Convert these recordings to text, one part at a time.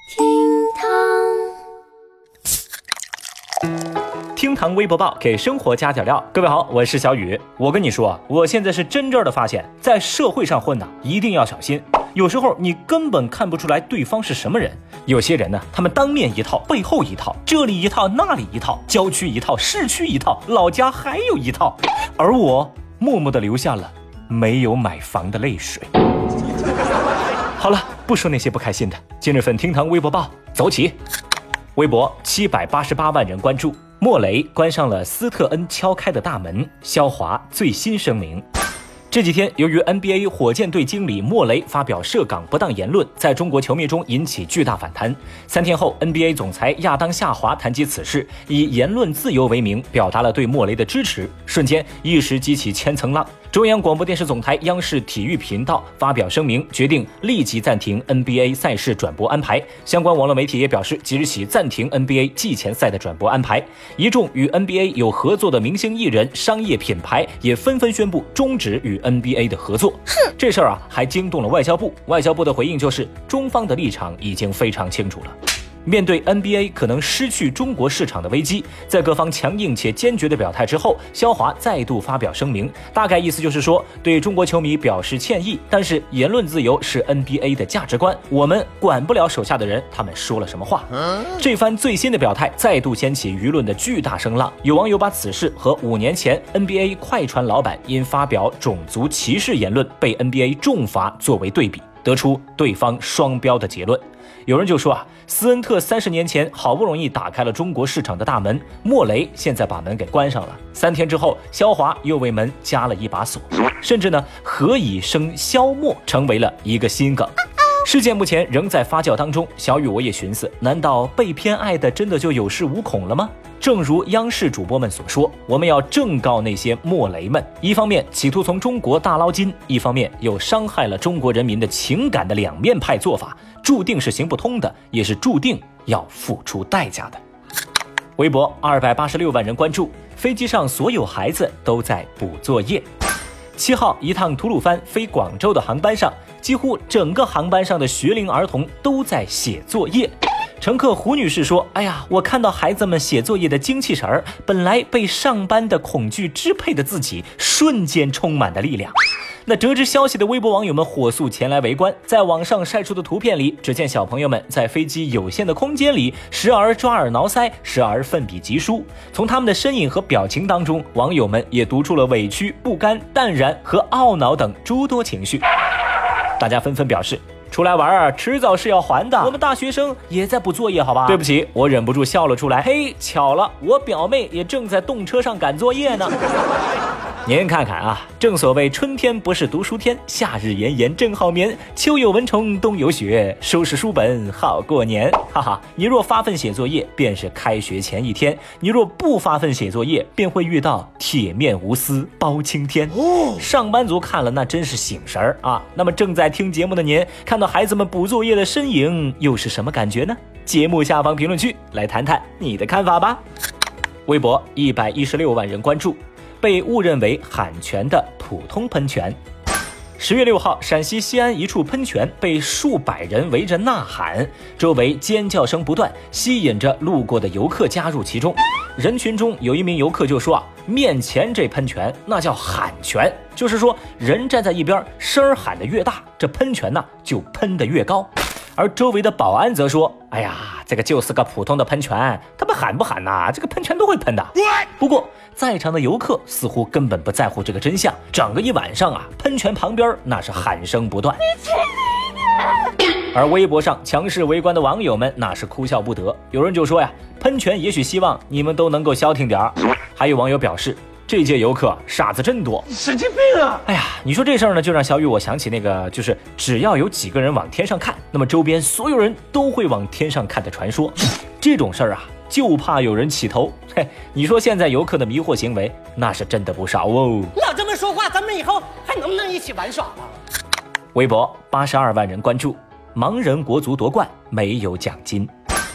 厅堂微博报，给生活加点料。各位好，我是小雨。我跟你说，我现在是真正的发现，在社会上混呢，一定要小心。有时候你根本看不出来对方是什么人。有些人呢，他们当面一套，背后一套，这里一套，那里一套，郊区一套，市区一套，老家还有一套。而我默默地流下了没有买房的泪水。好了，不说那些不开心的。今日份厅堂微博报走起。微博788万人关注，莫雷关上了斯特恩敲开的大门，肖华最新声明。这几天，由于 NBA 火箭队经理莫雷发表涉港不当言论，在中国球迷中引起巨大反弹。3天后 ，NBA 总裁亚当夏华谈及此事，以言论自由为名，表达了对莫雷的支持，瞬间一时激起千层浪。中央广播电视总台央视体育频道发表声明，决定立即暂停 NBA 赛事转播安排。相关网络媒体也表示，即日起暂停 NBA 季前赛的转播安排。一众与 NBA 有合作的明星艺人、商业品牌也纷纷宣布终止与 NBA 的合作。这事儿啊，还惊动了外交部。外交部的回应就是，中方的立场已经非常清楚了。面对 NBA 可能失去中国市场的危机，在各方强硬且坚决的表态之后，肖华再度发表声明，大概意思就是说，对中国球迷表示歉意，但是言论自由是 NBA 的价值观，我们管不了手下的人他们说了什么话。这番最新的表态再度掀起舆论的巨大声浪，有网友把此事和5年前 NBA 快船老板因发表种族歧视言论被 NBA 重罚作为对比，得出对方双标的结论。有人就说啊，斯恩特30年前好不容易打开了中国市场的大门，莫雷现在把门给关上了。3天之后，肖华又为门加了一把锁，甚至呢，何以生肖莫成为了一个新梗。事件目前仍在发酵当中，小雨我也寻思，难道被偏爱的真的就有恃无恐了吗？正如央视主播们所说，我们要正告那些莫雷们，一方面企图从中国大捞金，一方面又伤害了中国人民的情感的两面派做法，注定是行不通的，也是注定要付出代价的。微博286万人关注，飞机上所有孩子都在补作业。7号，一趟吐鲁番飞广州的航班上，几乎整个航班上的学龄儿童都在写作业。乘客胡女士说，哎呀，我看到孩子们写作业的精气神儿，本来被上班的恐惧支配的自己，瞬间充满了力量。那得知消息的微博网友们火速前来围观，在网上晒出的图片里，只见小朋友们在飞机有限的空间里，时而抓耳挠腮，时而奋笔疾书。从他们的身影和表情当中，网友们也读出了委屈、不甘、淡然和懊恼等诸多情绪。大家纷纷表示，出来玩儿，迟早是要还的。我们大学生也在补作业，好吧？对不起，我忍不住笑了出来。嘿，巧了，我表妹也正在动车上赶作业呢。您看看啊，正所谓春天不是读书天，夏日炎炎正好眠，秋有蚊虫，冬有雪，收拾书本好过年。哈哈，你若发奋写作业，便是开学前一天；你若不发奋写作业，便会遇到铁面无私包青天。上班族看了那真是醒神儿啊！那么正在听节目的您，看到孩子们补作业的身影，又是什么感觉呢？节目下方评论区来谈谈你的看法吧。微博116万人关注，被误认为喊泉的普通喷泉。10月6号，陕西西安一处喷泉被数百人围着呐喊，周围尖叫声不断，吸引着路过的游客加入其中。人群中有一名游客就说啊，面前这喷泉那叫喊泉，就是说人站在一边，声儿喊得越大，这喷泉呢就喷得越高。而周围的保安则说，哎呀，这个就是个普通的喷泉，他们喊不喊呐，这个喷泉都会喷的。不过在场的游客似乎根本不在乎这个真相，整个一晚上啊，喷泉旁边那是喊声不断。而微博上强势围观的网友们那是哭笑不得，有人就说呀，喷泉也许希望你们都能够消停点儿。还有网友表示，这届游客傻子真多， 神经病啊！ 哎呀，你说这事儿呢，就让小雨我想起那个，就是只要有几个人往天上看，那么周边所有人都会往天上看的传说。这种事儿啊，就怕有人起头。嘿，你说现在游客的迷惑行为，那是真的不少哦。 老这么说话，咱们以后还能不能一起玩耍了？ 微博82万人关注，盲人国足夺冠没有奖金。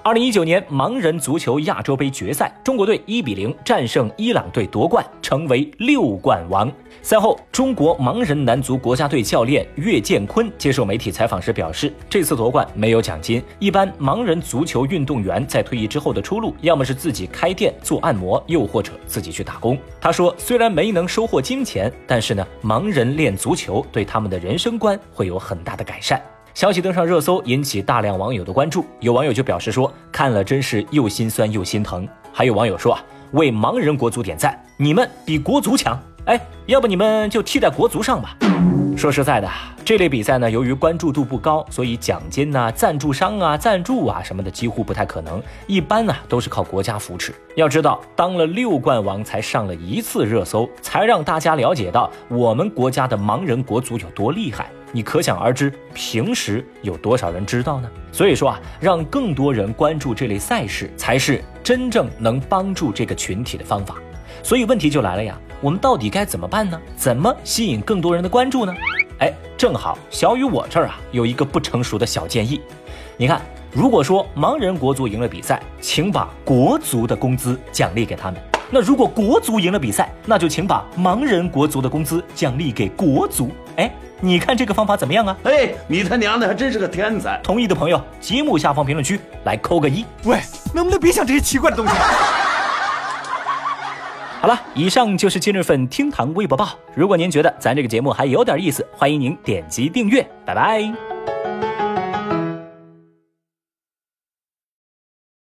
2019年盲人足球亚洲杯决赛，中国队1-0战胜伊朗队夺冠，成为6冠王。赛后，中国盲人男足国家队教练岳建坤接受媒体采访时表示，这次夺冠没有奖金，一般盲人足球运动员在退役之后的出路，要么是自己开店做按摩，又或者自己去打工。他说，虽然没能收获金钱，但是呢，盲人练足球对他们的人生观会有很大的改善。消息登上热搜，引起大量网友的关注。有网友就表示说，看了真是又心酸又心疼。还有网友说为盲人国足点赞，你们比国足强。要不你们就踢在国足上吧。说实在的，这类比赛呢，由于关注度不高，所以奖金啊、赞助商啊、赞助啊什么的几乎不太可能，一般呢都是靠国家扶持。要知道，当了6冠王才上了1次热搜，才让大家了解到我们国家的盲人国足有多厉害。你可想而知，平时有多少人知道呢？所以说让更多人关注这类赛事，才是真正能帮助这个群体的方法。所以问题就来了呀，我们到底该怎么办呢？怎么吸引更多人的关注呢？正好小雨我这儿有一个不成熟的小建议。你看，如果说盲人国足赢了比赛，请把国足的工资奖励给他们。那如果国足赢了比赛，那就请把盲人国足的工资奖励给国足。你看这个方法怎么样啊？ 你他娘的还真是个天才！ 同意的朋友，节目下方评论区来扣个1。 喂，能不能别想这些奇怪的东西？ 好了，以上就是今日份厅堂微博报。如果您觉得咱这个节目还有点意思，欢迎您点击订阅。拜拜。